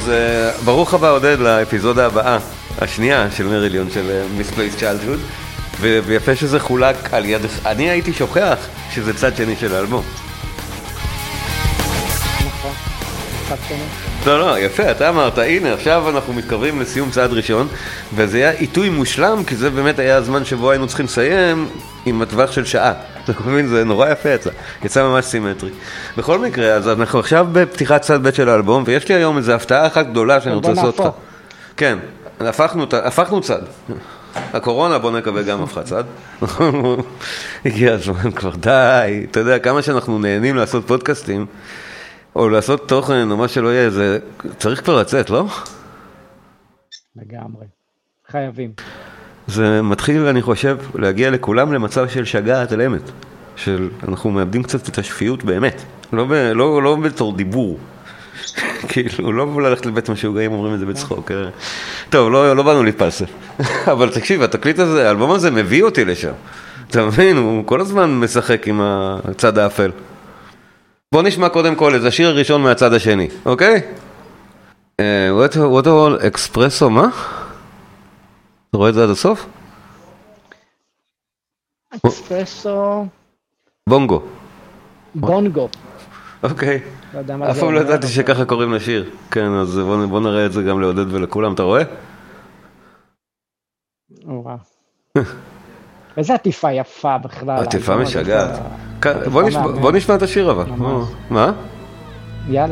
אז ברוך הבא עודד לאפיזודה הבאה, השנייה של מריליון של Misplaced Childhood, ויפה שזה חולק על יד, אני הייתי שוכח שזה צד שני של האלבום. נכון, צד שני. לא, יפה, אתה אמרת, הנה, עכשיו אנחנו מתקרבים לסיום צעד ראשון, וזה היה עיתוי מושלם, כי זה באמת היה הזמן שבו היינו צריכים לסיים עם הטווח של שעה. אתה מבין, זה נורא יפה יצא ממש סימטרי. בכל מקרה, אז אנחנו עכשיו בפתיחת צד ב' של האלבום, ויש לי היום איזו הפתעה אחת גדולה שאני רוצה לעשות אותך. כן, הפכנו צד. הקורונה, בוא נקווה גם הפכה צד. הגיע הזמן כבר, די. אתה יודע, כמה שאנחנו נהנים לעשות פודקאסטים, או לעשות תוכן, או מה שלא יהיה, זה צריך כבר לצאת, לא? לגמרי. חייבים. זה מתחיל, אני חושב, להגיע לכולם למצב של שגעת על אמת. של אנחנו מאבדים קצת את השפיות באמת. לא בתור דיבור. כאילו, לא ללכת לבית משוגעים, אומרים את זה בצחוק. טוב, לא באנו להתפלסף. אבל תקשיב, התקליט הזה, האלבום הזה מביא אותי לשם. אתה מבין, הוא כל הזמן משחק עם הצד האפל. בוא נשמע קודם כל את השיר הראשון מהצד השני, אוקיי? What all Expresso, מה? אתה רואה את זה עד הסוף? אקספרסו... בונגו. בונגו. אוקיי. אף פעם לא ידעתי שככה קוראים לשיר. כן, אז בוא נראה את זה גם לעודד ולכולם, אתה רואה? וואו. איזה עטיפה יפה בכלל. עטיפה משגעת. בוא נשמע את השיר אבל. מה? יאללה.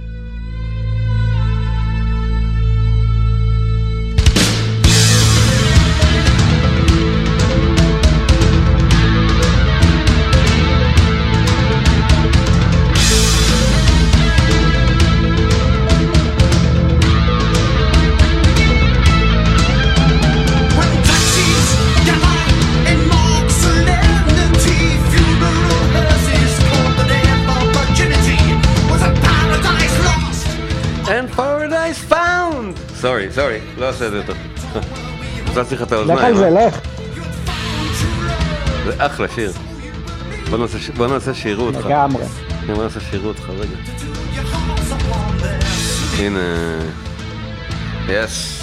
סורי, לא עושה את זה יותר. נוצאתי לך את האוזניים. לך על זה, לך. זה אחלה שיר. בוא נעשה שירו אותך. לגמרי. בוא נעשה שירו אותך, רגע. הנה. Yes.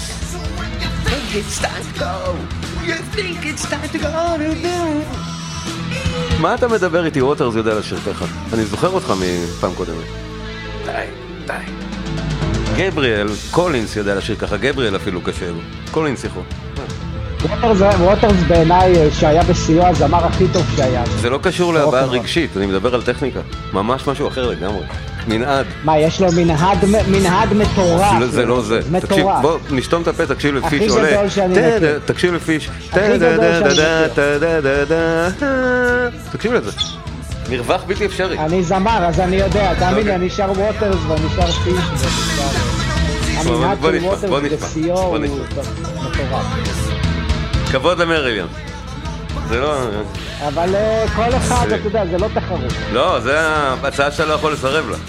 מה אתה מדבר איתי? ווטרס יודע לשיר ככה. אני זוכר אותך מפעם קודמת. די. גבריאל, קולינס יודע לשיר ככה, גבריאל אפילו קשה לו. קולינס יכול. ווטרס בעיניי שהיה בסיוע הזמר הכי טוב שהיה. זה לא קשור להבעה רגשית, אני מדבר על טכניקה. ממש משהו אחר לגמרי. מנהד. מה, יש לו מנהד מטורף. זה לא זה. תקשיב, בוא נשתום את הפה, תקשיב לפיש עולה. הכי גדול שאני מכיר. תקשיב לפיש. הכי גדול שאני מכיר. תקשיב לזה. מרווח בלתי אפשרי. אני זמר, אז אני יודע, תאמין לי, אני שר ווטרס ואני שר פיש. המנהד של ווטרס בסיוע הוא מטורף. כבוד למריליון. זה לא... אבל כל אחד, אתה יודע, זה לא תחרות. לא, זה הצעה שאתה לא יכול לסרב לה.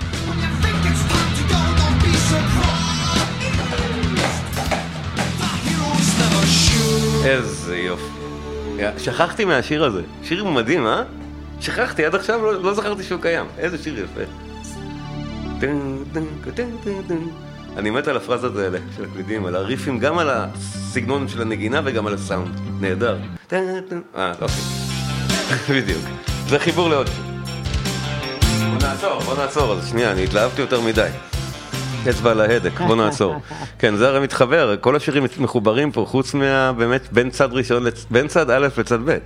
איזה יופי. שכחתי מהשיר הזה. שיר מדהים, אה? שכחתי, עד עכשיו לא זכרתי שהוא קיים. איזה שיר יפה. אני מת על הפרזות האלה של הקלידים, על הריפים, גם על הסגנון של הנגינה וגם על הסאונד. נהדר. אוקיי. בדיוק. זה חיבור לעוד שיר. בוא נעצור. אז שנייה, אני התלהבתי יותר מדי. אצבע על ההדק, בוא נעצור. כן, זה הרי מתחבר, כל השירים מחוברים פה, חוץ באמת בין צד ראשון, בין צד א' לצד ב'.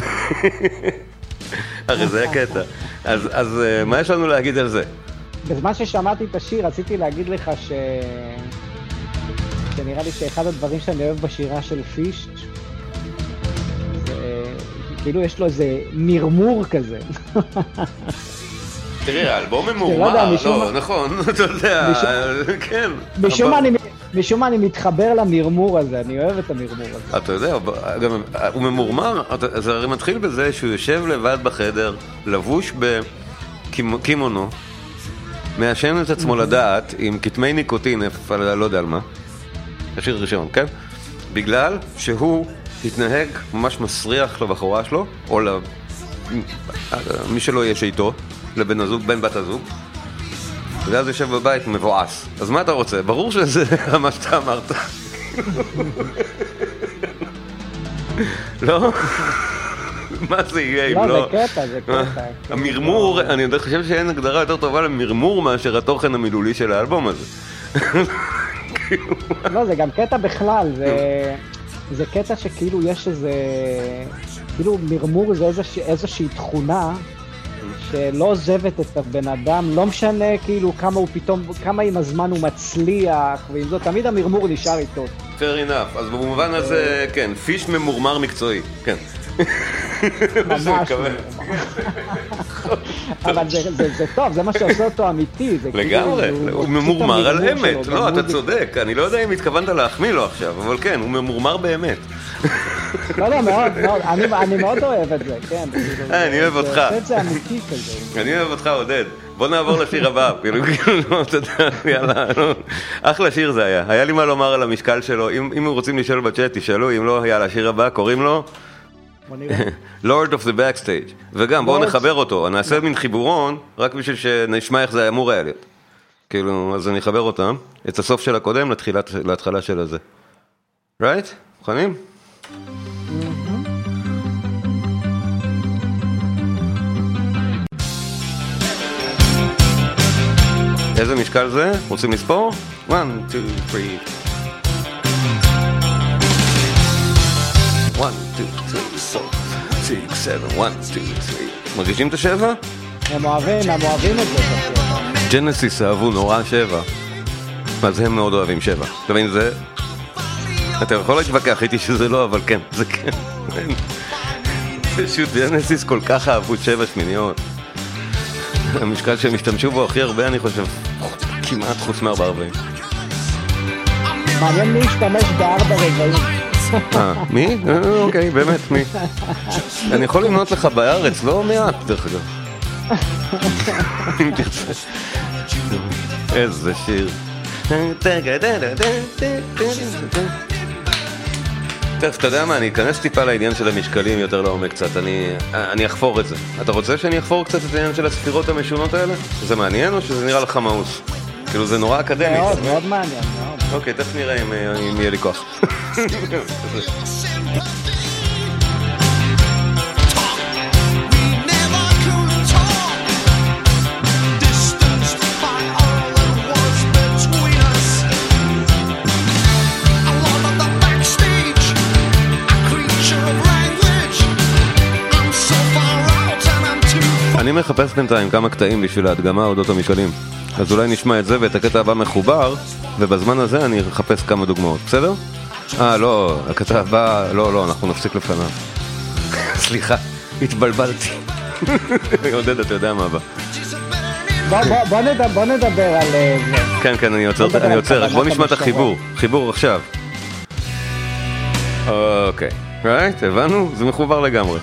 הרי זה הקטע. אז מה יש לנו להגיד על זה? בזמן ששמעתי את השיר, רציתי להגיד לך שנראה לי שאחד הדברים שאני אוהב בשירה של פיש, זה כאילו יש לו איזה מרמור כזה. תראי, האלבום ממורמר, לא, נכון, אתה יודע, כן. משום מה אני מתחבר למרמור הזה, אני אוהב את המרמור הזה. אתה יודע, גם הוא ממורמר, זה הרי מתחיל בזה שהוא יושב לבד בחדר, לבוש בקימונו, מאשן את עצמו לדעת עם כתמי ניקוטין, לא יודע על מה, השיר ראשון, כן? בגלל שהוא התנהג ממש מסריח לבחורה שלו, או למי שלא יש איתו, לבן הזוג, בן בת הזוג, ואז יושב בבית מבואס. אז מה אתה רוצה? ברור שזה מה שאתה אמרת. לא? מה זה יהיה אם לא? לא, זה קטע, זה קטע. המרמור, אני חושב שאין הגדרה יותר טובה למרמור מאשר התוכן המילולי של האלבום הזה. לא, זה גם קטע בכלל, זה קטע שכאילו יש איזה, כאילו מרמור זה איזושהי תכונה שלא עוזבת את הבן אדם, לא משנה כאילו כמה הוא פתאום, כמה עם הזמן הוא מצליח, ועם זאת תמיד המרמור נשאר איתו. Fair enough, אז במובן הזה, כן, פיש ממורמר מקצועי, כן. ממש ממורמר. אבל זה טוב, זה מה שעושה אותו אמיתי. לגמרי, הוא ממורמר על אמת. לא, אתה צודק, אני לא יודע אם התכוונת להחמיא לו עכשיו, אבל כן, הוא ממורמר באמת. לא, מאוד, מאוד, אני מאוד אוהב את זה, כן. אני אוהב אותך. זה אמיתי כזה. אני אוהב אותך, עודד. בוא נעבור לשיר הבא, כאילו, אתה יודע, יאללה, אחלה שיר זה היה. היה לי מה לומר על המשקל שלו, אם רוצים לשאול בצ'אט, תשאלו, אם לא, יאללה, שיר הבא, קוראים לו? Lord of the Backstage. וגם, בואו נחבר אותו, נעשה מין חיבורון, רק בשביל שנשמע איך זה אמור היה להיות. כאילו, אז אני אחבר אותם, את הסוף של הקודם להתחלה של הזה. Right? מוכנים? איזה משקל זה? רוצים לספור? 1, 2, 3 1, 2, 3, 4, 6, 7, 1, 2, 3 מרגישים את השבע? הם אוהבים את זה. ג'נסיס אהבו נורא 7. אז הם מאוד אוהבים 7. אתה מבין, זה... אתה יכול להתווכח איתי שזה לא, אבל כן, זה כן. פשוט ג'נסיס כל כך אהבו 7 שמיניות. המשקל שהם השתמשו בו הכי הרבה, אני חושב, כמעט חוץ מ4 רבעים. מעניין מי השתמש ב4 רבעים. מי? אוקיי, באמת, מי? אני יכול למנות לך בארץ, לא מעט, דרך אגב. אם תרצה. איזה שיר. תכף, אתה יודע מה, אני אכנס טיפה לעניין של המשקלים יותר לעומק קצת, אני אחפור את זה. אתה רוצה שאני אחפור קצת את העניין של הספירות המשונות האלה? זה מעניין או שזה נראה לך מאוס? כאילו זה נורא אקדמי. מאוד, מאוד מעניין, מאוד. אוקיי, תכף נראה אם יהיה לי כוח. אני מחפש בינתיים כמה קטעים בשביל ההדגמה אודות המשקלים. אז אולי נשמע את זה ואת הקטע הבא מחובר, ובזמן הזה אני אחפש כמה דוגמאות, בסדר? לא, הקטע הבא, לא, אנחנו נפסיק לפניו. סליחה, התבלבלתי. עודד, אתה יודע מה הבא. בוא נדבר על זה. כן, אני עוצר, רק בוא נשמע את החיבור. חיבור עכשיו. אוקיי, right, הבנו? זה מחובר לגמרי.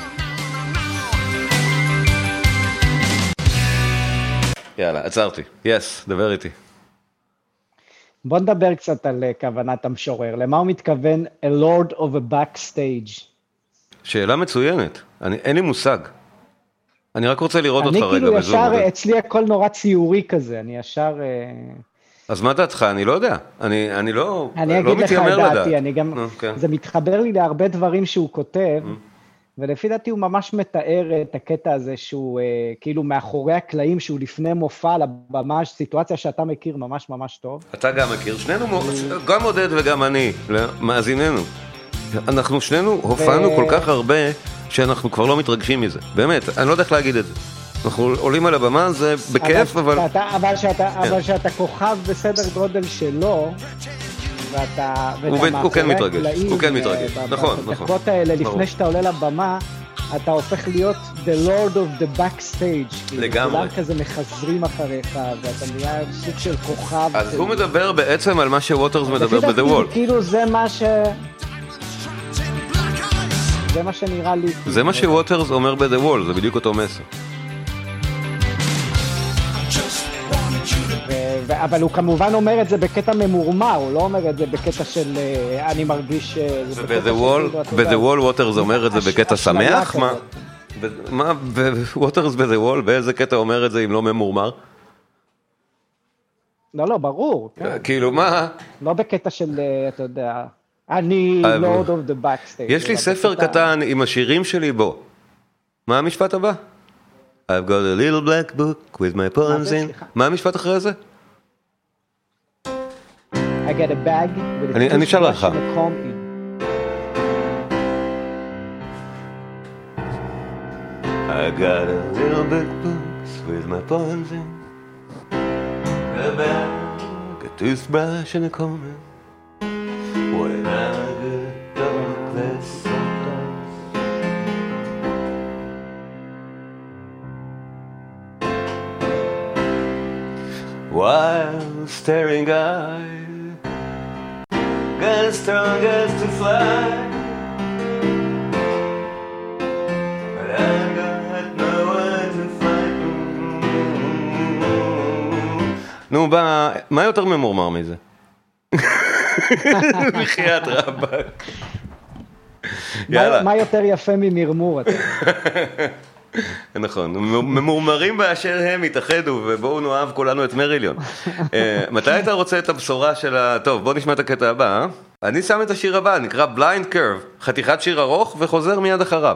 יאללה, עצרתי. יס, דבר איתי. בוא נדבר קצת על כוונת המשורר. למה הוא מתכוון a lord of a backstage? שאלה מצוינת. אין לי מושג. אני רק רוצה לראות אותך רגע. אני כאילו ישר, אצלי הכל נורא ציורי כזה. אני ישר... אז מה דעתך? אני לא יודע. אני לא מתיימר לדעת. אני אגיד לך את דעתי. זה מתחבר לי להרבה דברים שהוא כותב. ולפי דעתי הוא ממש מתאר את הקטע הזה שהוא כאילו מאחורי הקלעים, שהוא לפני מופע לבמה, סיטואציה שאתה מכיר ממש ממש טוב. אתה גם מכיר, שנינו, גם עודד וגם אני, מאזיננו. אנחנו שנינו הופענו כל כך הרבה, שאנחנו כבר לא מתרגשים מזה. באמת, אני לא יודע איך להגיד את זה. אנחנו עולים על הבמה, זה בכיף, אבל... אבל שאתה כוכב בסדר גודל שלו, הוא כן מתרגש, נכון. בדקות האלה, לפני שאתה עולה לבמה, אתה הופך להיות the lord of the backstage. לגמרי. כולם כזה מחזרים אחריך, ואתה נהיה סוג של כוכב. אז הוא מדבר בעצם על מה שווטרס מדבר ב-The Wall. כאילו זה מה שנראה לי. זה מה שווטרס אומר ב-The Wall, זה בדיוק אותו מסר. אבל הוא כמובן אומר את זה בקטע ממורמר, הוא לא אומר את זה בקטע של אני מרגיש... ב-The Wall ווטרס אומר את זה בקטע שמח? מה? ווטרס ב-The Wall, באיזה קטע אומר את זה אם לא ממורמר? לא, ברור. כאילו מה? לא בקטע של, אתה יודע, אני Lord of the Backstage. יש לי ספר קטן עם השירים שלי בו. מה המשפט הבא? I've got a little black book with my poems in. מה המשפט אחרי זה? I get a bag with a אני אשאל לך. I got a little black book with my poems in. A bag, a toothbrush and a comb. When I get dark sometimes. While staring I got as strong as to fly. But I got nowhere to fight. נו, מה יותר ממורמר מזה? מחיית רבק. מה יותר יפה ממרמור? נכון, ממורמרים באשר הם התאחדו ובואו נאהב כולנו את מריליון. מתי אתה רוצה את הבשורה של טוב, בוא נשמע את הקטע הבא. אני שם את השיר הבא, נקרא Blind Curve, חתיכת שיר ארוך וחוזר מיד אחריו.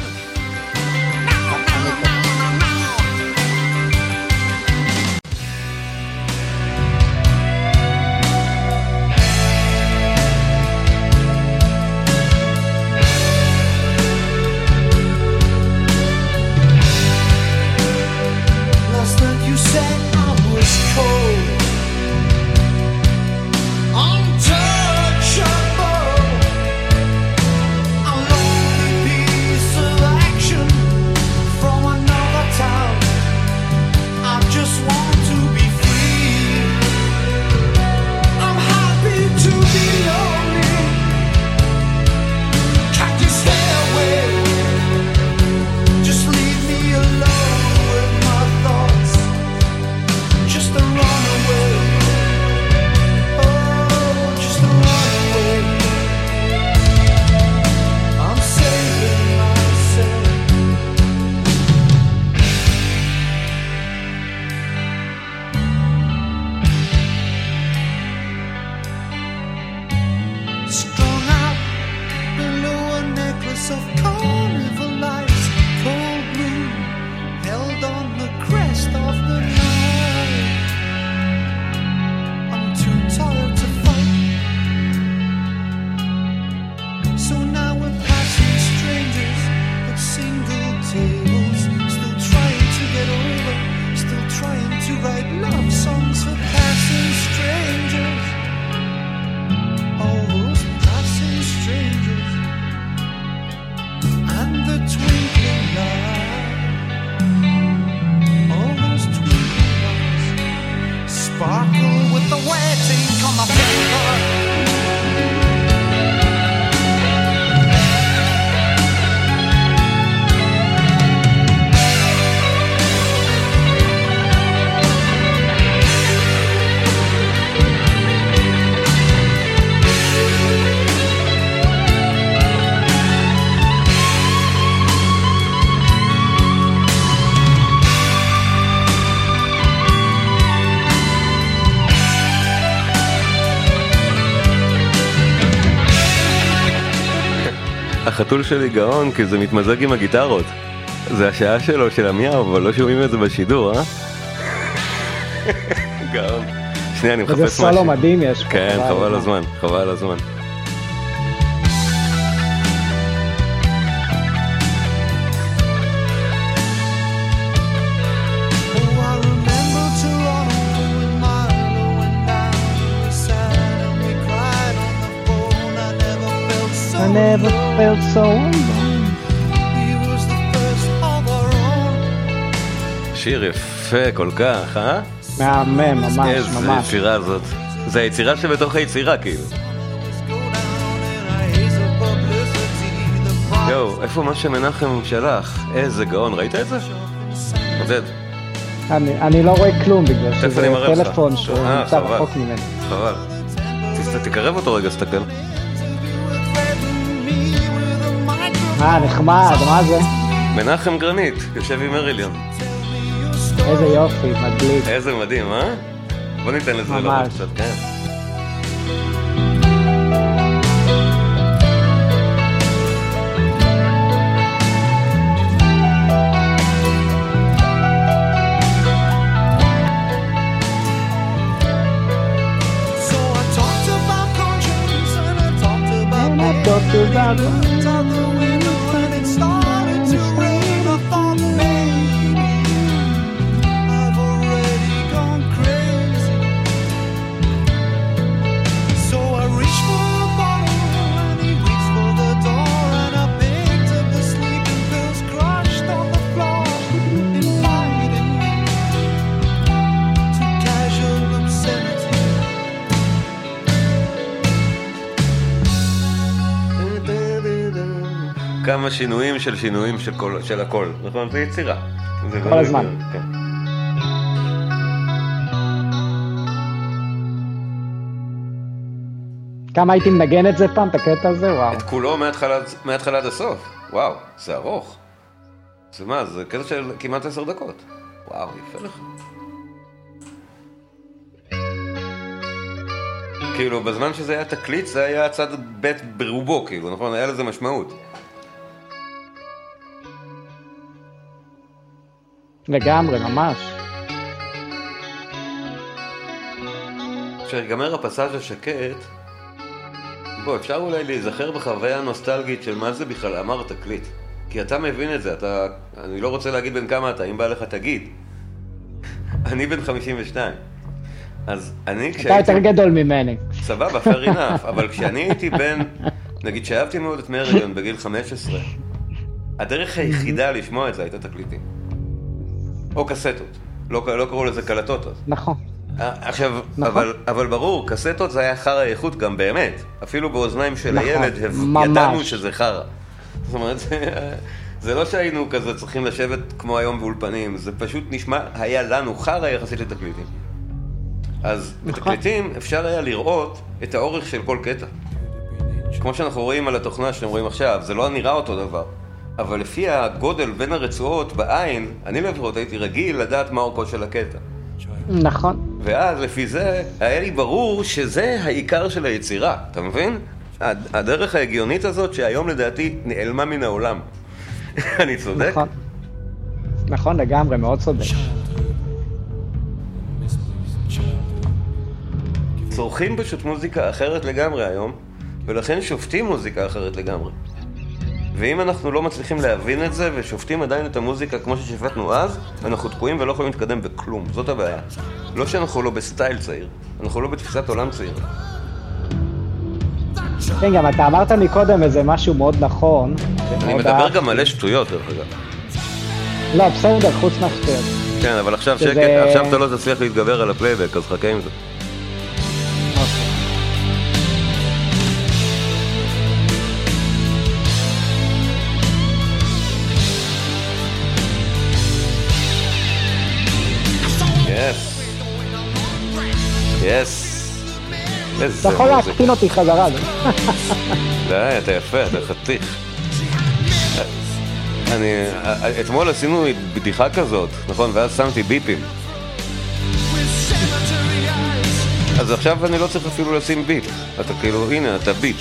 החתול שלי גאון כי זה מתמזג עם הגיטרות. זה השעה שלו של המיהו, אבל לא שומעים את זה בשידור, אה? גאון. שנייה, אני מחפש משהו. וזה סולו מדהים יש פה. כן, חבל הזמן, חבל הזמן. I never felt so alone. שיר יפה כל כך, אה? מהמם, ממש, איזה ממש. יצירה הזאת. זה היצירה שבתוך היצירה, כאילו. יואו, איפה מה שמנחם שלח? איזה גאון, ראית את זה? עודד. אני לא רואה כלום בגלל שזה טלפון שנמצא רחוק ממנו. חבל. תקרב אותו רגע, סתכל. נחמד, מה זה? מנחם גרנית, יושב עם מריליון. איזה יופי, מדליק. איזה מדהים, אה? בוא ניתן לזה לראות קצת, כן. כמה שינויים של הכל, נכון? זה יצירה. כל הזמן. כן. כמה הייתי מנגן את זה פעם, את הקטע הזה, וואו. את כולו מההתחלה עד הסוף. וואו, זה ארוך. זה מה, זה קטע של כמעט 10 דקות. וואו, יפה לך. כאילו, בזמן שזה היה תקליט, זה היה הצד ב' ברובו, כאילו, נכון? היה לזה משמעות. לגמרי, ממש. כשהגמר הפסאז' השקט, אפשר אולי להיזכר בחוויה נוסטלגית של מה זה בכלל אמר תקליט. כי אתה מבין את זה, אני לא רוצה להגיד בין כמה אתה, אם בא לך תגיד. אני בן 52. אז אני אתה יותר גדול ממני. סבבה, fair enough, אבל כשאני הייתי בן, נגיד שאהבתי מאוד את מריון בגיל 15, הדרך היחידה לשמוע את זה הייתה תקליטים. או קסטות. לא קראו לזה קלטות אז. נכון. עכשיו, אבל ברור, קסטות זה היה חרא איכות גם באמת. אפילו באוזניים של הילד ידענו שזה חרא. זאת אומרת, זה לא שהיינו כזה צריכים לשבת כמו היום באולפנים, זה פשוט נשמע, היה לנו חרא יחסית לתקליטים. אז בתקליטים אפשר היה לראות את האורך של כל קטע. כמו שאנחנו רואים על התוכנה שאתם רואים עכשיו, זה לא נראה אותו דבר. אבל לפי הגודל בין הרצועות בעין, אני לפחות הייתי רגיל לדעת מה אורכו של הקטע. נכון. ואז לפי זה, היה לי ברור שזה העיקר של היצירה, אתה מבין? הדרך ההגיונית הזאת שהיום לדעתי נעלמה מן העולם. אני צודק? נכון. נכון, לגמרי, מאוד צודק. צורכים פשוט מוזיקה אחרת לגמרי היום, ולכן שופטים מוזיקה אחרת לגמרי. ואם אנחנו לא מצליחים להבין את זה ושופטים עדיין את המוזיקה כמו ששפטנו אז, אנחנו תקועים ולא יכולים להתקדם בכלום. זאת הבעיה. לא שאנחנו לא בסטייל צעיר, אנחנו לא בתפיסת עולם צעיר. כן, גם אתה אמרת מקודם איזה משהו מאוד נכון. אני מדבר גם מלא שטויות, דרך אגב. לא, בסדר, חוץ מהשטויות. כן, אבל עכשיו שקט, עכשיו אתה לא תצליח להתגבר על הפלייבק, אז חכה עם זה. אתה יכול להקטין אותי חזרה. די, אתה יפה, אתה חתיך. אתמול עשינו בדיחה כזאת, נכון? ואז שמתי ביפים. אז עכשיו אני לא צריך אפילו לשים ביפ. אתה כאילו, הנה, אתה ביפ.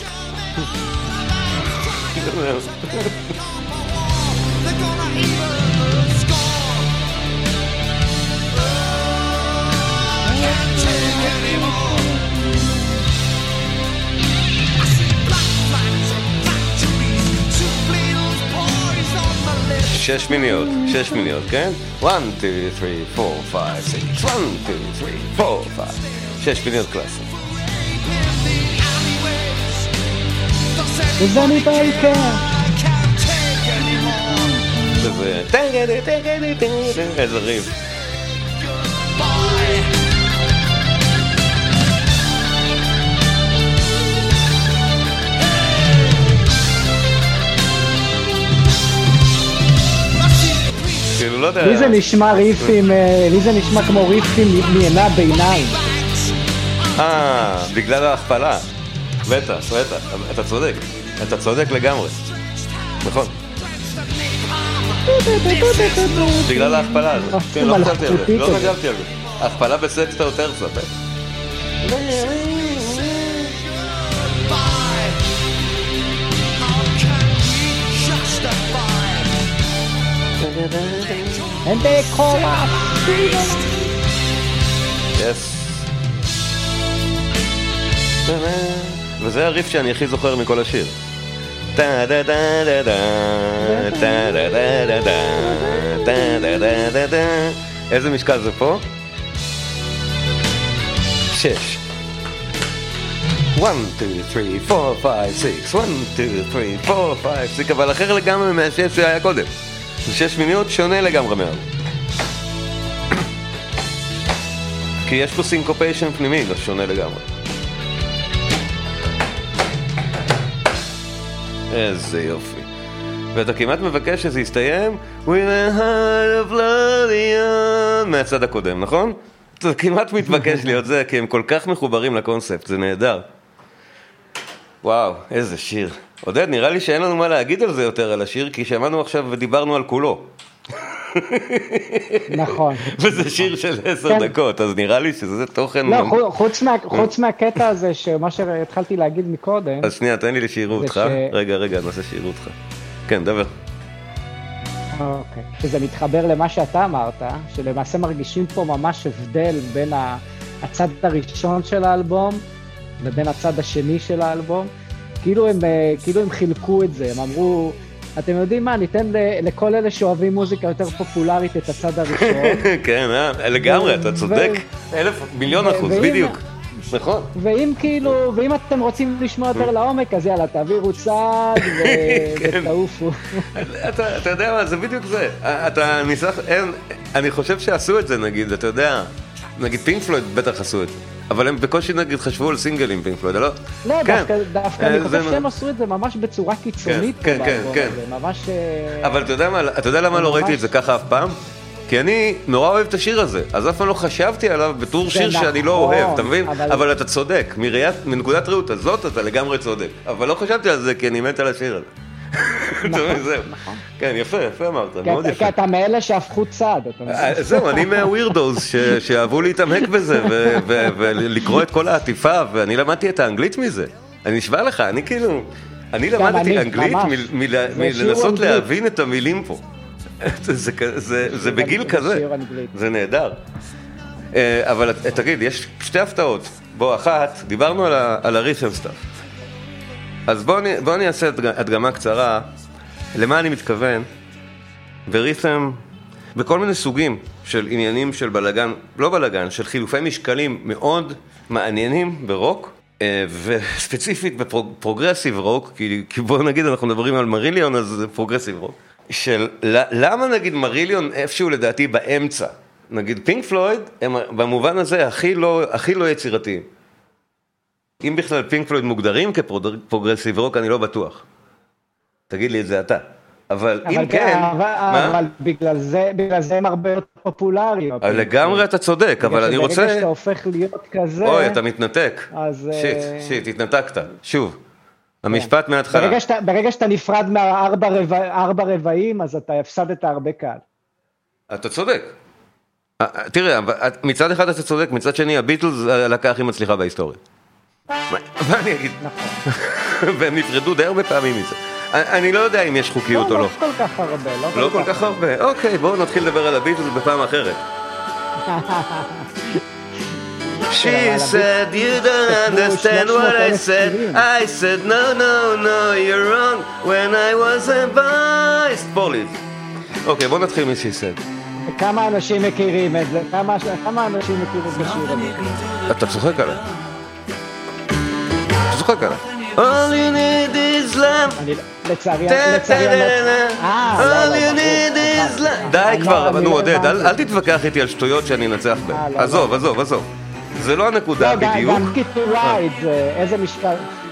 שש מיניות, כן? 1, 2, 3, 4, 5, 6 1, 2, 3, 4, 5 6 מיניות קלאסי. וזה אני בעיקר. איזה ריב. לי זה נשמע ריפים, לי זה נשמע כמו ריפים מימי הביניים. בגלל ההכפלה. בטח, אתה צודק לגמרי. נכון. בגלל ההכפלה הזאת. כן, לא חשבתי על זה. הכפלה בסקסטה או טרסה, And they call us freedom. Yes. וזה הריף שאני הכי זוכר מכל השיר. איזה משקל זה פה? 6 1, 2, 3, 4, 5, 6 1, 2, 3, 4, 5, 6 אבל אחר לגמרי מהשש שהיה קודם. 6 מיניות שונה לגמרי מאוד. כי יש פה סינקופיישן פנימי, לא שונה לגמרי. איזה יופי. ואתה כמעט מבקש שזה יסתיים With a heart of love מהצד הקודם, נכון? אתה כמעט מתבקש להיות זה, כי הם כל כך מחוברים לקונספט, זה נהדר. וואו, איזה שיר. עודד, נראה לי שאין לנו מה להגיד על זה יותר על השיר, כי שמענו עכשיו ודיברנו על כולו. נכון. וזה שיר של 10 דקות, אז נראה לי שזה תוכן... לא, חוץ מהקטע הזה, שמה שהתחלתי להגיד מקודם... אז שנייה, תן לי שירו אותך. רגע, אני עושה שירו אותך. כן, דבר. אוקיי. שזה מתחבר למה שאתה אמרת, שלמעשה מרגישים פה ממש הבדל בין הצד הראשון של האלבום, לבין הצד השני של האלבום. כאילו הם חילקו את זה, הם אמרו... אתם יודעים מה, ניתן לכל אלה שאוהבים מוזיקה יותר פופולרית את הצד הראשון. כן, לגמרי, אתה צודק. 1,000,000,000%, בדיוק. נכון. ואם אתם רוצים לשמוע יותר לעומק, אז יאללה, תעבירו צד ותעופו. אתה יודע מה, זה בדיוק זה. אני חושב שעשו את זה, נגיד, אתה יודע, נגיד פינק פלויד בטח עשו את זה. אבל הם בקושי נגיד חשבו על סינגלים פינק פלויד, לא? לא, דווקא אני חושב שהם עשו את זה ממש בצורה קיצונית. כן, כן. ממש... אבל אתה יודע למה לא ראיתי את זה ככה אף פעם? כי אני נורא אוהב את השיר הזה, אז אף פעם לא חשבתי עליו בתור שיר שאני לא אוהב, אתה מבין? אבל אתה צודק, מנקודת ראות הזאת אתה לגמרי צודק, אבל לא חשבתי על זה כי אני מת על השיר הזה. נכון. כן, יפה אמרת, מאוד יפה. כי אתה מאלה שהפכו צד. זהו, אני מהווירדוז שאהבו להתעמק בזה ולקרוא את כל העטיפה, ואני למדתי את האנגלית מזה. אני נשבע לך, אני למדתי אנגלית מלנסות להבין את המילים פה. זה בגיל כזה, זה נהדר. אבל תגיד, יש שתי הפתעות. בוא, אחת, דיברנו על הרית'ם סטאף. אז בוא אני אעשה הדגמה קצרה, למה אני מתכוון, ורית'ם, בכל מיני סוגים של עניינים של בלגן, לא בלגן, של חילופי משקלים מאוד מעניינים ברוק, וספציפית בפרוגרסיב רוק, כי בוא נגיד אנחנו מדברים על מריליון, אז זה פרוגרסיב רוק, של למה נגיד מריליון איפשהו לדעתי באמצע, נגיד פינק פלויד, הם במובן הזה הכי לא יצירתיים. אם בכלל פינק פלויד מוגדרים כפרוגרסיב רוק, אני לא בטוח. תגיד לי את זה אתה. אבל אם כן... אבל בגלל זה הם הרבה יותר פופולריים. לגמרי אתה צודק, אבל אני רוצה... ברגע שאתה הופך להיות כזה... אוי, אתה מתנתק. שיט, התנתקת. שוב, המשפט מההתחלה. ברגע שאתה נפרד מהארבע רבעים, אז אתה הפסדת הרבה קל. אתה צודק. תראה, מצד אחד אתה צודק, מצד שני, הביטלס הלהקה הכי מצליחה בהיסטוריה. מה אני אגיד? נכון. והם נפרדו די הרבה פעמים מזה. אני לא יודע אם יש חוקיות או לא. לא כל כך הרבה. לא כל כך הרבה. אוקיי, בואו נתחיל לדבר על הביטלס בפעם אחרת. She said you don't understand what I said. I said no, you're wrong. When I was a boy. פוליס. אוקיי, בואו נתחיל מ-She said. כמה אנשים מכירים את זה? כמה אנשים מכירים את השיר הזה? אתה צוחק עליי. All you need is love. לצערי All you need is love. די כבר, נו עודד, אל תתווכח איתי על שטויות שאני אנצח בהן. עזוב. זה לא הנקודה בדיוק. גם Get to Ride, איזה משקל.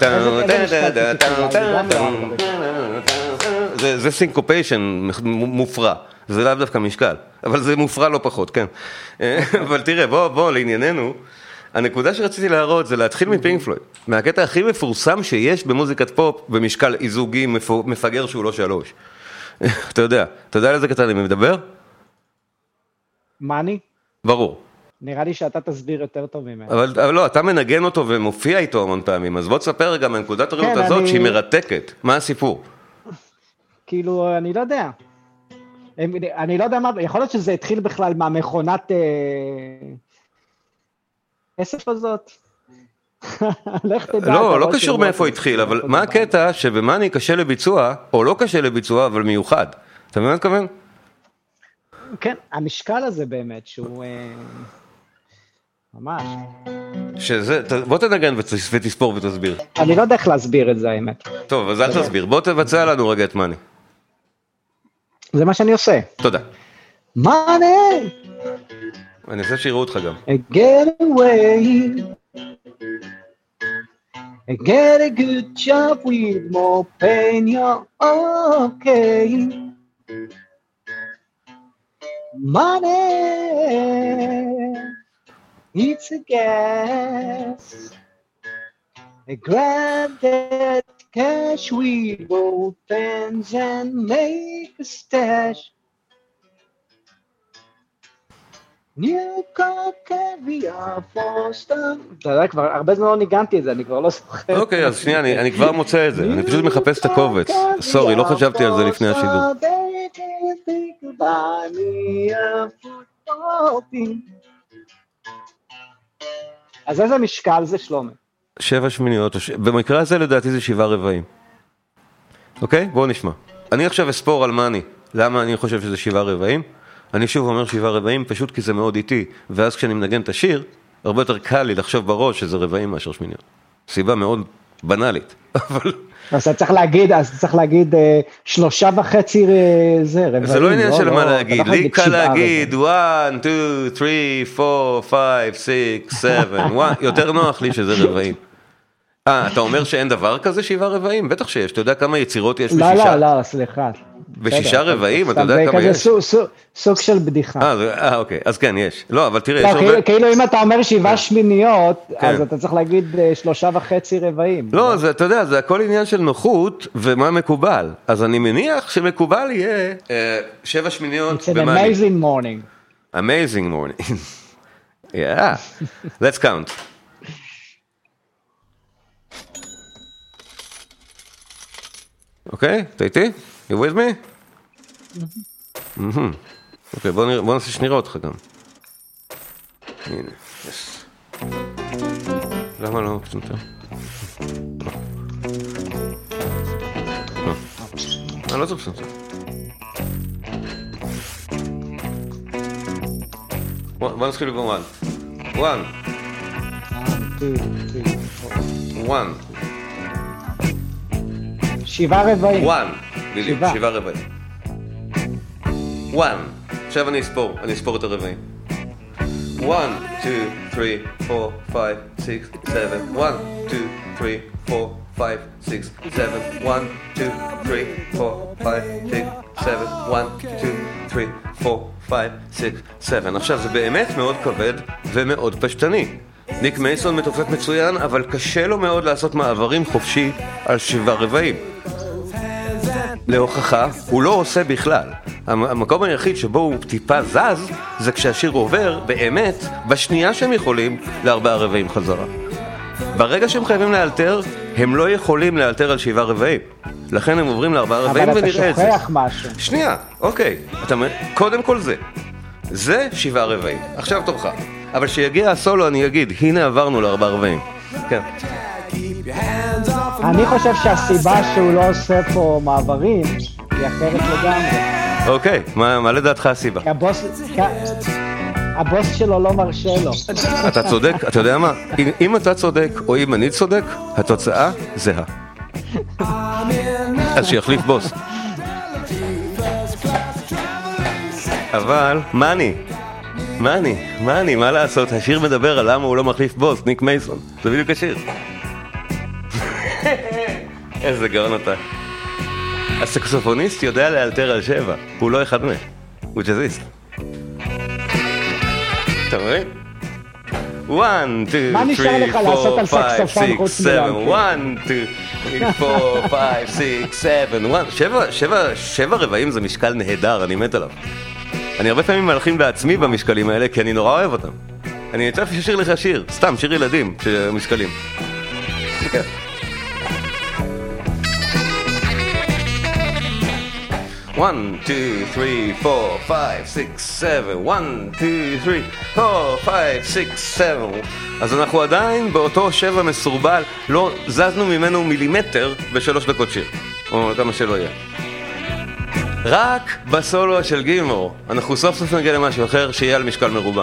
זה סינקופיישן מופרע. זה לאו דווקא משקל, אבל זה מופרע לא פחות, כן. אבל תראה, בוא לענייננו. הנקודה שרציתי להראות זה להתחיל מפינק פלויד, מהקטע הכי מפורסם שיש במוזיקת פופ במשקל איזוגי מפגר שהוא לא 3. אתה יודע על איזה קטע אני מדבר? מאני? ברור. נראה לי שאתה תסביר יותר טוב ממנו. אבל לא, אתה מנגן אותו ומופיע איתו המון פעמים, אז בוא תספר רגע מנקודת הראות הזאת שהיא מרתקת. מה הסיפור? כאילו, אני לא יודע. אני לא יודע מה, יכול להיות שזה התחיל בכלל מהמכונת כסף הזאת. לא קשור מאיפה התחיל, אבל מה הקטע שבמאני קשה לביצוע, או לא קשה לביצוע, אבל מיוחד? אתה מבין מה מתכוון? כן, המשקל הזה באמת, שהוא ממש. בוא תנגן ותספור ותסביר. אני לא יודע איך להסביר את זה, האמת. טוב, אז אל תסביר. בוא תבצע לנו רגע את מאני. זה מה שאני עושה. תודה. מאני! אני רוצה שיראו אותך גם. Get away. Get a good job with more pain, you're okay. Money, it's a gas. Grab that cash with both hands and make a stash. New car caviar for stem. אתה יודע, כבר הרבה זמן לא ניגנתי את זה, אני כבר לא זוכר. אוקיי, אז שנייה, אני כבר מוצא את זה, אני פשוט מחפש את הקובץ. סורי, לא חשבתי על זה לפני השידור. אז איזה משקל זה, שלומי? 7 שמיניות, במקרה הזה לדעתי זה 7 רבעים. אוקיי? בואו נשמע. אני עכשיו אספור על מאני. למה אני חושב שזה 7 רבעים? אני שוב אומר 7 רבעים פשוט כי זה מאוד איטי, ואז כשאני מנגן את השיר, הרבה יותר קל לי לחשוב בראש שזה רבעים מאשר שמיניות. סיבה מאוד בנאלית, אבל... אז אתה צריך להגיד 3.5 זה רבעים. זה לא עניין של מה להגיד, לי קל להגיד 1, 2, 3, 4, 5, 6, 7, יותר נוח לי שזה רבעים. אתה אומר שאין דבר כזה 7 רבעים? בטח שיש, אתה יודע כמה יצירות יש בשישה? לא, סליחה. ב6 רבעים, אתה יודע כמה יש? זה סוג של בדיחה. אוקיי, אז כן, יש. לא, אבל תראה, יש הרבה... כאילו אם אתה אומר 7 שמיניות, אז אתה צריך להגיד 3.5 רבעים. לא, אתה יודע, זה הכל עניין של נוחות ומה מקובל. אז אני מניח שמקובל יהיה 7 שמיניות במאני. It's an amazing morning. Amazing morning. Yeah. Let's count. אוקיי, אתה איתי? You with me? אוקיי, בוא נעשה שנראה אותך גם. הנה, yes. למה לא פשוטה? לא צריך פשוטה. בוא נתחיל ב1. 1. 1. 7 רבעים. 1. בדיוק, 7 רבעים. 1. עכשיו אני אספור את הרבעים. 1, 2, 3, 4, 5, 6, 7. 1, 2, 3, 4, 5, 6, 7. 1, 2, 3, 4, 5, 6, 7. 1, 2, 3, 4, 5, 6, 7. עכשיו זה באמת מאוד כבד ומאוד פשטני. ניק מייסון מתופף מצוין, אבל קשה לו מאוד לעשות מעברים חופשי על 7 רבעים. להוכחה, הוא לא עושה בכלל. המקום היחיד שבו הוא טיפה זז, זה כשהשיר עובר, באמת, בשנייה שהם יכולים, ל4 רבעים חזרה. ברגע שהם חייבים לאלתר, הם לא יכולים לאלתר על 7 רבעים. לכן הם עוברים ל4 רבעים ונראה את זה. אבל אתה שוכח משהו. שנייה, אוקיי. קודם כל זה 7 רבעים. עכשיו תורך. אבל שיגיע הסולו אני אגיד, הנה עברנו ל4 רבעים. כן. אני חושב שהסיבה שהוא לא עושה פה מעברים היא אחרת לגמרי. אוקיי, מה לדעתך הסיבה? כי הבוס שלו לא מרשה לו. אתה צודק, אתה יודע מה? אם אתה צודק או אם אני צודק, התוצאה זהה. אז שיחליף בוס. אבל, מה לעשות? השיר מדבר על למה הוא לא מחליף בוס, ניק מייסון. זה בדיוק השיר. איזה גאון אתה. הסקסופוניסט יודע לאלתר על 7, הוא לא אחד מהם, הוא ג'אזיסט. אתה מבין? 1, 2, 3, 4, 5, 6, 7, 1, 2, 3, 4, 5, 6, 7, 7 רבעים זה משקל נהדר, אני מת עליו. אני הרבה פעמים מלכים בעצמי במשקלים האלה, כי אני נורא אוהב אותם. אני אצטרף לשיר לך שיר, סתם, שיר ילדים, משקלים. כן. One, two, three, four, five, six, seven. 1, 2, 3, 4, 5, 6, 7. אז אנחנו עדיין באותו שבע מסורבל, לא זזנו ממנו מילימטר ב3 דקות שיר, או כמה שלא יהיה. רק בסולו של גילמור, אנחנו סוף סוף נגיע למשהו אחר שיהיה על משקל מרובע.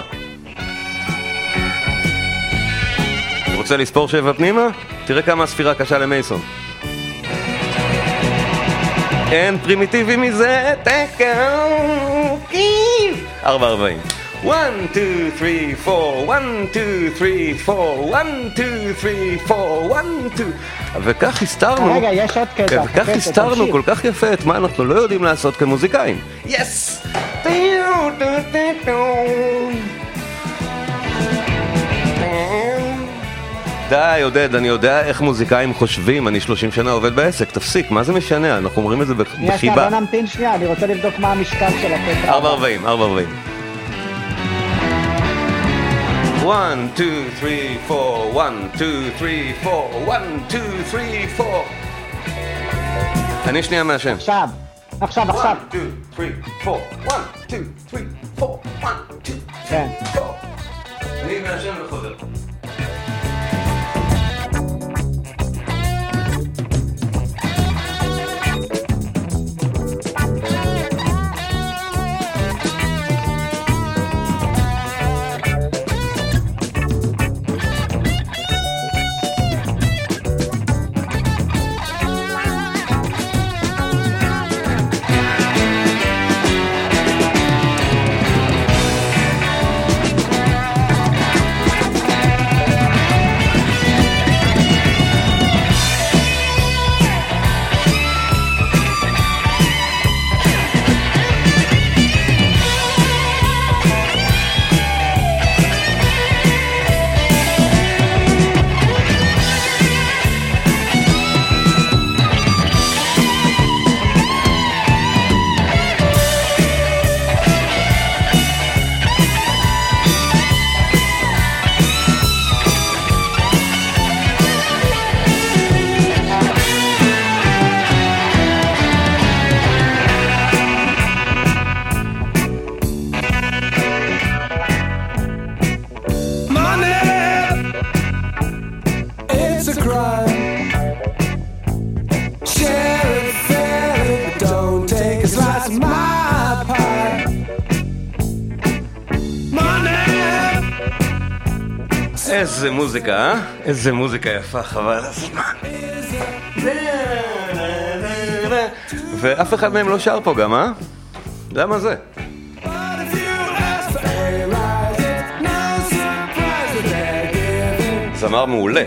רוצה לספור 7 פנימה? תראה כמה הספירה קשה למייסון. אין פרימיטיבי מזה, תקעו, כיף! 4:40. 1, 2, 3, 4, 1, 2, 3, 4, 1, 2, 3, 4, 1, 2. וכך הסתרנו, רגע, יש עוד קטע. וכך הסתרנו כל כך יפה את מה אנחנו לא יודעים לעשות כמוזיקאים. יס! די, עודד, אני יודע איך מוזיקאים חושבים, אני 30 שנה עובד בעסק, תפסיק, מה זה משנה? אנחנו אומרים את זה בחיבה. בוא נמתין שנייה, אני רוצה לבדוק מה המשקל של הקטע. 4:40. 1, 2, 3, 4, 1, 2, 3, 4, 1, 2, 3, 4. אני שנייה מהשם. עכשיו. 1, 2, 3, 4, 1, 2, 3, 4, 1, 2, 3, 4. אני מהשם וחוזר. איזה מוזיקה, אה? איזה מוזיקה יפה, חבל הזמן. ואף אחד מהם לא שר פה גם, אה? למה זה? זמר מעולה.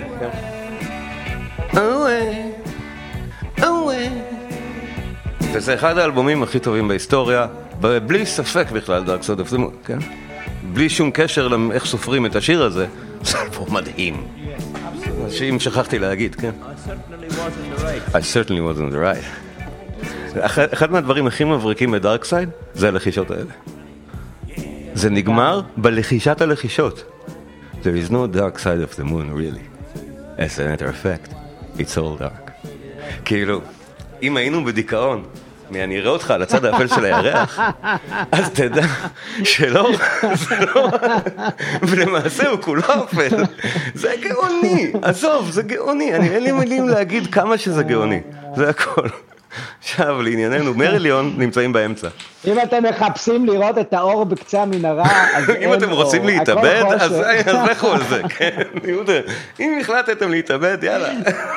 וזה אחד האלבומים הכי טובים בהיסטוריה, בלי ספק בכלל, Dark Side of the Moon, כן? בלי שום קשר לאיך סופרים את השיר הזה, זה אלבום מדהים. שאם שכחתי להגיד, כן? I certainly wasn't the right. אחד מהדברים הכי מבריקים בדארק סייד זה הלחישות האלה. זה נגמר בלחישת הלחישות. There is no dark side of the moon, really. As a matter of fact, it's all dark. כאילו, אם היינו בדיכאון, אני אראה אותך על הצד האפל של הירח, אז תדע שלא, זה לא, ולמעשה הוא כולו אפל. זה גאוני, עזוב, זה גאוני. אין לי מילים להגיד כמה שזה גאוני. זה הכל. עכשיו, לענייננו, מריליון נמצאים באמצע. אם אתם מחפשים לראות את האור בקצה המנהרה, אז אין אם אתם רוצים להתאבד, אז לכו על זה, כן. אם החלטתם להתאבד, יאללה.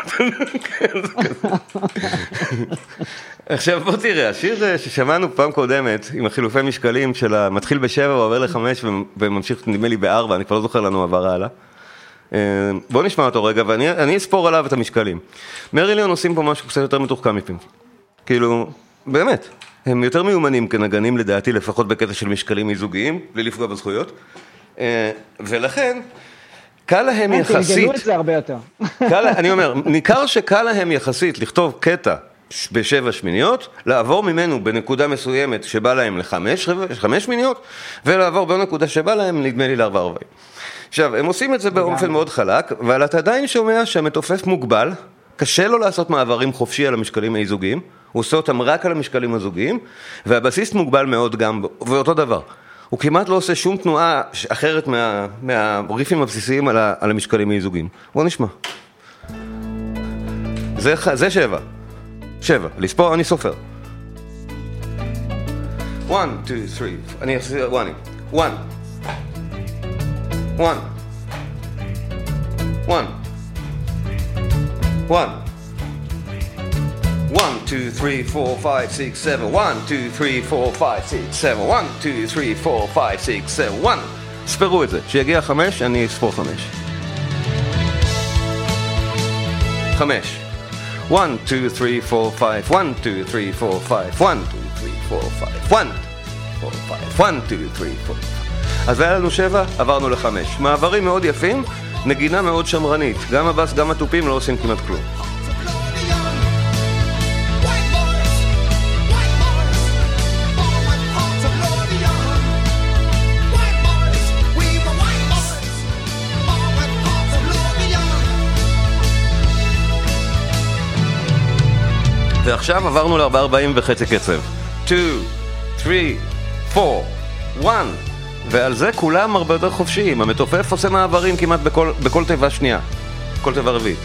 עכשיו, בוא תראה, השיר ששמענו פעם קודמת, עם החילופי משקלים של מתחיל ב7, הוא עובר ל5 וממשיך, נדמה לי ב4, אני כבר לא זוכר לנו עברה הלאה. בוא נשמע אותו רגע, ואני אספור עליו את המשקלים. מריליון עושים פה משהו קצת יותר מתוחכם מפים. כאילו, באמת, הם יותר מיומנים כנגנים לדעתי, לפחות בקטע של משקלים מזוגיים, בלי לפגוע בזכויות. ולכן, קל להם יחסית... תרגלו את זה הרבה יותר. אני אומר, ניכר שקל להם יחסית לכתוב קטע ב7 שמיניות, לעבור ממנו בנקודה מסוימת שבא להם ל5 שמיניות, ולעבור בנקודה שבא להם, נדמה לי ל4. עכשיו, הם עושים את זה באופן מאוד חלק, אבל אתה עדיין שומע שהמתופף מוגבל, קשה לו לעשות מעברים חופשי על המשקלים האיזוגיים, הוא עושה אותם רק על המשקלים הזוגיים, והבסיסט מוגבל מאוד גם, ואותו דבר. הוא כמעט לא עושה שום תנועה אחרת מהריפים הבסיסיים על המשקלים האיזוגיים. בוא נשמע. זה 7. 7. לספור, אני סופר. 1, 2, 3. אני אעשה 1. 1. 1. 1. 1. 1, 2, 3, 4, 5, 6, 7. 1, 2, 3, 4, 5, 6, 7. 1, 2, 3, 4, 5, 6, 7. 1. ספרו את זה. שיגיע 5, אני אספור 5. 5. 1, 2, 3, 4, 5. 1, 2, 3, 4, 5. 1, 2, 3, 4, 5. 1, 4, 5. 1, 2, 3, 4. אז היה לנו 7, עברנו ל5. מעברים מאוד יפים, נגינה מאוד שמרנית. גם הבאס, גם הטופים לא עושים כמעט כלום. ועכשיו עברנו ל-440 וחצי קצב. 2, 3, 4, 1. ועל זה כולם הרבה יותר חופשיים. המתופף עושה מעברים כמעט בכל תיבה שנייה. כל תיבה רביעית.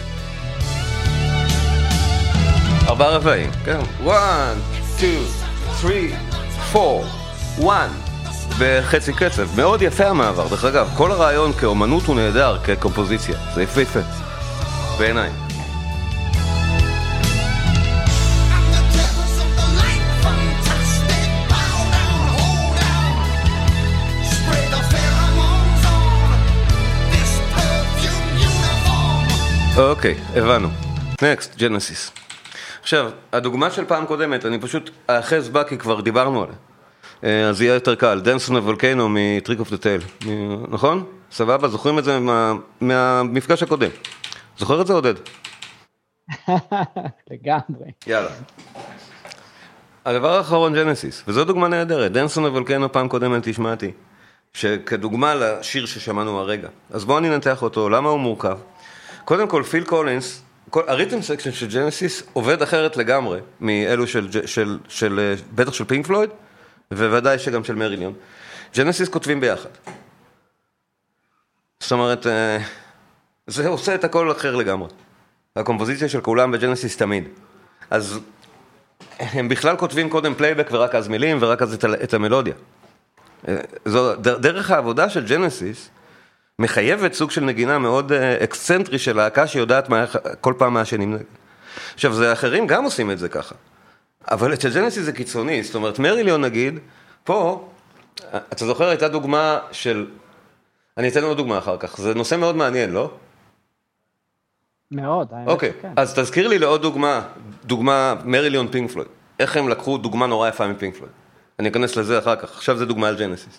4/4, כן. 1, 2, 3, 4, 1. בחצי קצב. מאוד יפה המעבר. דרך אגב, כל הרעיון כאומנות הוא נהדר, כקומפוזיציה. זה יפה יפה. בעיניי. אוקיי, הבנו. Next, Genesis. עכשיו, הדוגמה של פעם קודמת, אני פשוט האחז בה כי כבר דיברנו עליה. אז יהיה יותר קל. Dance on a Volcano מ-Trick of the Tail. נכון? סבבה? זוכרים את זה מהמפגש הקודם. זוכר את זה, עודד? לגמרי. יאללה. הדבר האחרון, Genesis. וזו דוגמה נהדרת. Dance on a Volcano פעם קודמת תשמעתי. שכדוגמה לשיר ששמענו הרגע. אז בואו ננתח אותו. למה הוא מורכב? קודם כל, פיל קולינס, הריתם סקשן של ג'נסיס עובד אחרת לגמרי מאלו בטח של פינק פלויד, וודאי שגם של מריליון. ג'נסיס כותבים ביחד. זאת אומרת, זה עושה את הכל אחר לגמרי. הקומפוזיציה של כולם בג'נסיס תמיד. אז הם בכלל כותבים קודם פלייבק ורק אז מילים ורק אז את המלודיה. זו דרך העבודה של ג'נסיס, מחייבת סוג של נגינה מאוד אקסצנטרי של להקה שיודעת כל פעם מה השני. עכשיו, זה אחרים גם עושים את זה ככה. אבל אצל ג'נסיס זה קיצוני. זאת אומרת, מריליון נגיד, פה, אתה זוכר, הייתה דוגמה של... אני אתן לנו דוגמה אחר כך. זה נושא מאוד מעניין, לא? מאוד. אוקיי, אז תזכיר לי לעוד דוגמה מריליון פינק פלויד. איך הם לקחו דוגמה נורא יפה מפינק פלויד. אני אכנס לזה אחר כך. עכשיו זה דוגמה על ג'נסיס.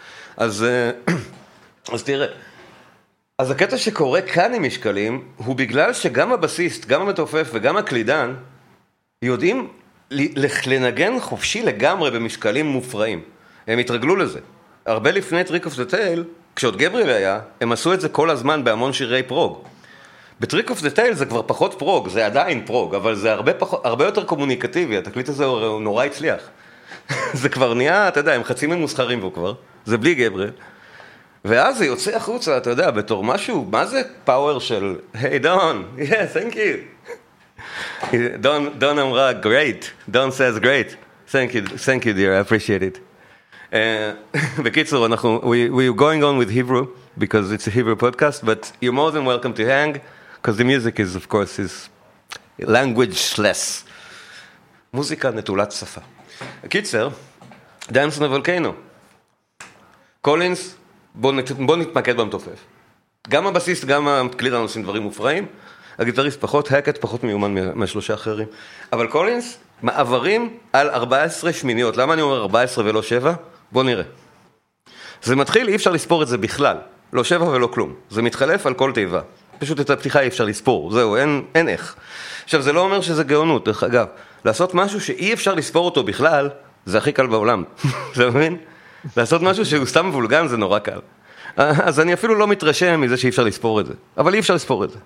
אז תראה, אז הקטע שקורה כאן עם משקלים, הוא בגלל שגם הבסיסט, גם המתופף וגם הקלידן, יודעים לנגן חופשי לגמרי במשקלים מופרעים. הם התרגלו לזה. הרבה לפני טריק אוף דה טייל, כשעוד גבריאל היה, הם עשו את זה כל הזמן בהמון שירי פרוג. בטריק אוף דה טייל זה כבר פחות פרוג, זה עדיין פרוג, אבל זה הרבה יותר קומוניקטיבי, התקליט הזה הוא נורא הצליח. זה כבר נהיה, אתה יודע, הם חצי ממוסחרים בו כבר, זה בלי גבריאל. ואז זה יוצא החוצה, אתה יודע, בתור משהו, מה זה פאוור של, היי דון, yeah, thank you. דון אמרה, great, דון says great, thank you dear, I appreciate it. בקיצור, we're going on with Hebrew, because it's a Hebrew podcast, but you're more than welcome to hang, because the music is, of course, is language-less. מוזיקה נטולת שפה. בקיצר, Dance on a Volcano. קולינס, בוא נתמקד במתופף. גם הבסיסט, גם הקלידן עושים דברים מופרעים, הגיטריסט פחות, הקט פחות מיומן מהשלושה אחרים. אבל קולינס, מעברים על 14 שמיניות. למה אני אומר 14 ולא 7? בוא נראה. זה מתחיל, אי אפשר לספור את זה בכלל. לא 7 ולא כלום. זה מתחלף על כל תיבה. פשוט את הפתיחה אי אפשר לספור. זהו, אין איך. עכשיו, זה לא אומר שזה גאונות, דרך אגב. לעשות משהו שאי אפשר לספור אותו בכלל, זה הכי קל בעולם. אתה מבין? לעשות משהו שהוא סתם וולגן זה נורא קל. אז אני אפילו לא מתרשם מזה שאי אפשר לספור את זה. אבל אי אפשר לספור את זה.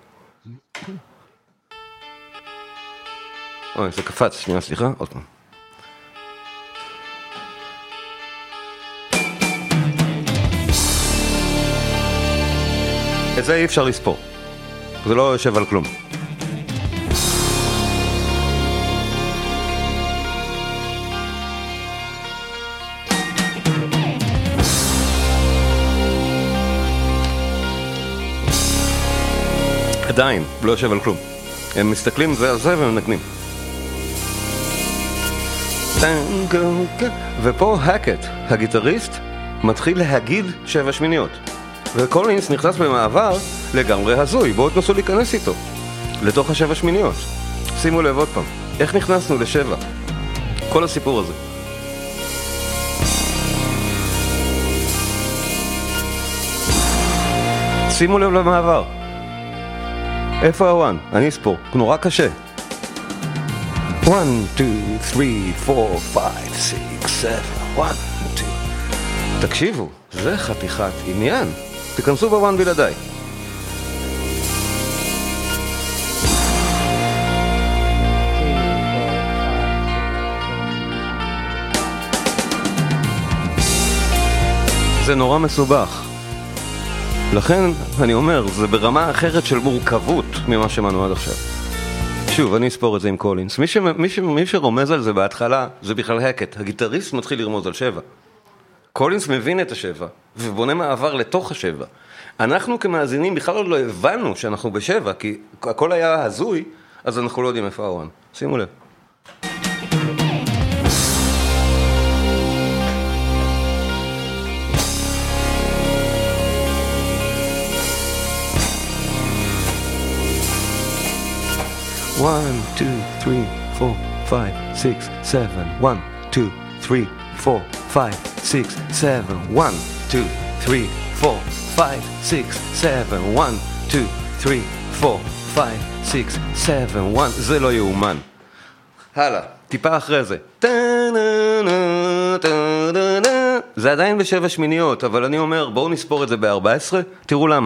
אוי, זה קפץ, שנייה, סליחה, עוד פעם. את זה אי אפשר לספור. זה לא יושב על כלום. עדיין, לא יושב על כלום. הם מסתכלים זה על זה והם נגנים. ופה הקט, הגיטריסט, מתחיל להגיד 7 שמיניות. וקולינס נכנס במעבר לגמרי הזוי. בואו תנסו להיכנס איתו לתוך 7 שמיניות. שימו לב עוד פעם, איך נכנסנו ל7? כל הסיפור הזה. שימו לב למעבר. איפה הוואן? אני אספור, נורא קשה. 1, 2, 3, 4, 5, 6, 7, 1, 2. תקשיבו, זה חתיכת עניין. תיכנסו בוואן בלעדיי. זה נורא מסובך. לכן אני אומר, זה ברמה אחרת של מורכבות ממה שמענו עד עכשיו. שוב, אני אספור את זה עם קולינס. מי שרומז על זה בהתחלה, זה בכלל הקט. הגיטריסט מתחיל לרמוז על 7. קולינס מבין את 7, ובונה מעבר לתוך 7. אנחנו כמאזינים בכלל לא הבנו שאנחנו 7, כי הכל היה הזוי, אז אנחנו לא יודעים איפה הוואן. שימו לב. One, two, three, four, 5, 6, 7, 1, 2, 3, 4, 5, 6, 7, 1, 2, 3, 4, 5, 6, 7, 1, 2, 3, 4, 5, 6, 7, 1. זה לא יאומן. הלאה, טיפה אחרי זה. זה עדיין ב7 שמיניות, אבל אני אומר, בואו נספור את זה ב14, תראו למה.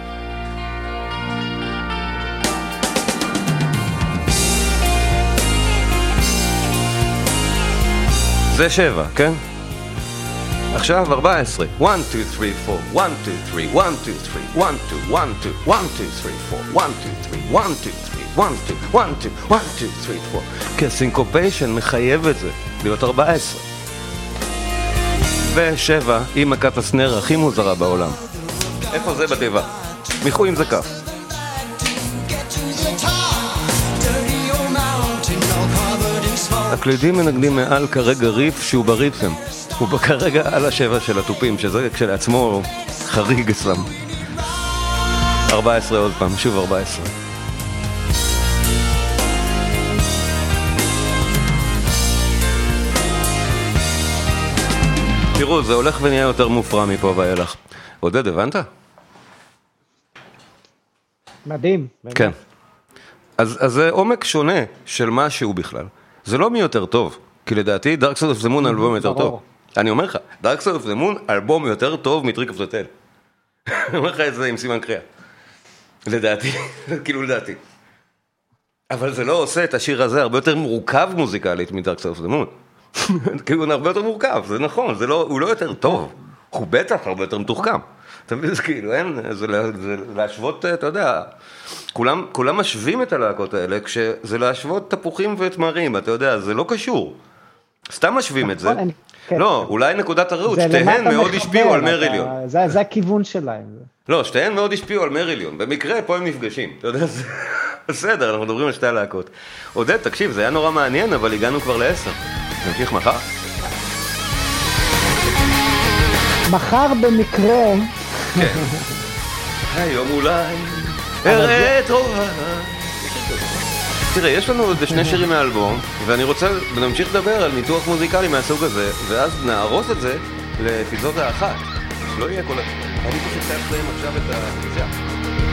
זה 7, כן? עכשיו 14. 1, 2, 3, 4, 1, 2, 3, 1, 2, 3, 1, 2, 1, 2, 1, 2, 3, 4, 1, 2, 3, 1, 2, 3, 1, 2, 1, 2, 1, 2, 3, 4. כי הסינקופיישן מחייב את זה להיות 14. ו7 היא מכת הסנר הכי מוזרה בעולם. איפה זה בתיבה? מיחו עם זה כף. הקלידים מנגנים מעל כרגע ריף שהוא בריתם. הוא כרגע על 7 של הטופים, שזה כשלעצמו חריג אצלם. 14 עוד פעם, שוב 14. תראו, זה הולך ונהיה יותר מופרע מפה ואילך. עודד, הבנת? מדהים. כן. אז זה עומק שונה של משהו בכלל. זה לא מי יותר טוב, כי לדעתי Dark Side of the Moon אלבום יותר טוב. אני אומר לך, Dark Side of the Moon אלבום יותר טוב מ-Trick of the Tail. אני אומר לך את זה עם סימן קריאה. לדעתי, כאילו לדעתי. אבל זה לא עושה את השיר הזה הרבה יותר מורכב מוזיקלית מ-Dark Side of the Moon. כאילו הוא הרבה יותר מורכב, זה נכון, הוא לא יותר טוב. הוא בטח הרבה יותר מתוחכם. אתה מבין, זה כאילו, אין, זה להשוות, אתה יודע, כולם משווים את הלהקות האלה, כשזה להשוות תפוחים ותמרים, אתה יודע, זה לא קשור. סתם משווים את זה. לא, אולי נקודת הראות, שתיהן מאוד השפיעו על מריליון. זה הכיוון שלהם. לא, שתיהן מאוד השפיעו על מריליון. במקרה, פה הם נפגשים. אתה יודע, זה בסדר, אנחנו מדברים על שתי הלהקות. עודד, תקשיב, זה היה נורא מעניין, אבל הגענו כבר ל10. נמשיך מחר. מחר במקרה... כן. היום אולי אראה את רואה. תראה, יש לנו עוד 2 שירים מהאלבום, ואני רוצה להמשיך לדבר על ניתוח מוזיקלי מהסוג הזה, ואז נארוס את זה לאפיזודה אחת. לא יהיה כל... אני פשוט צריך להם עכשיו את הפגישה.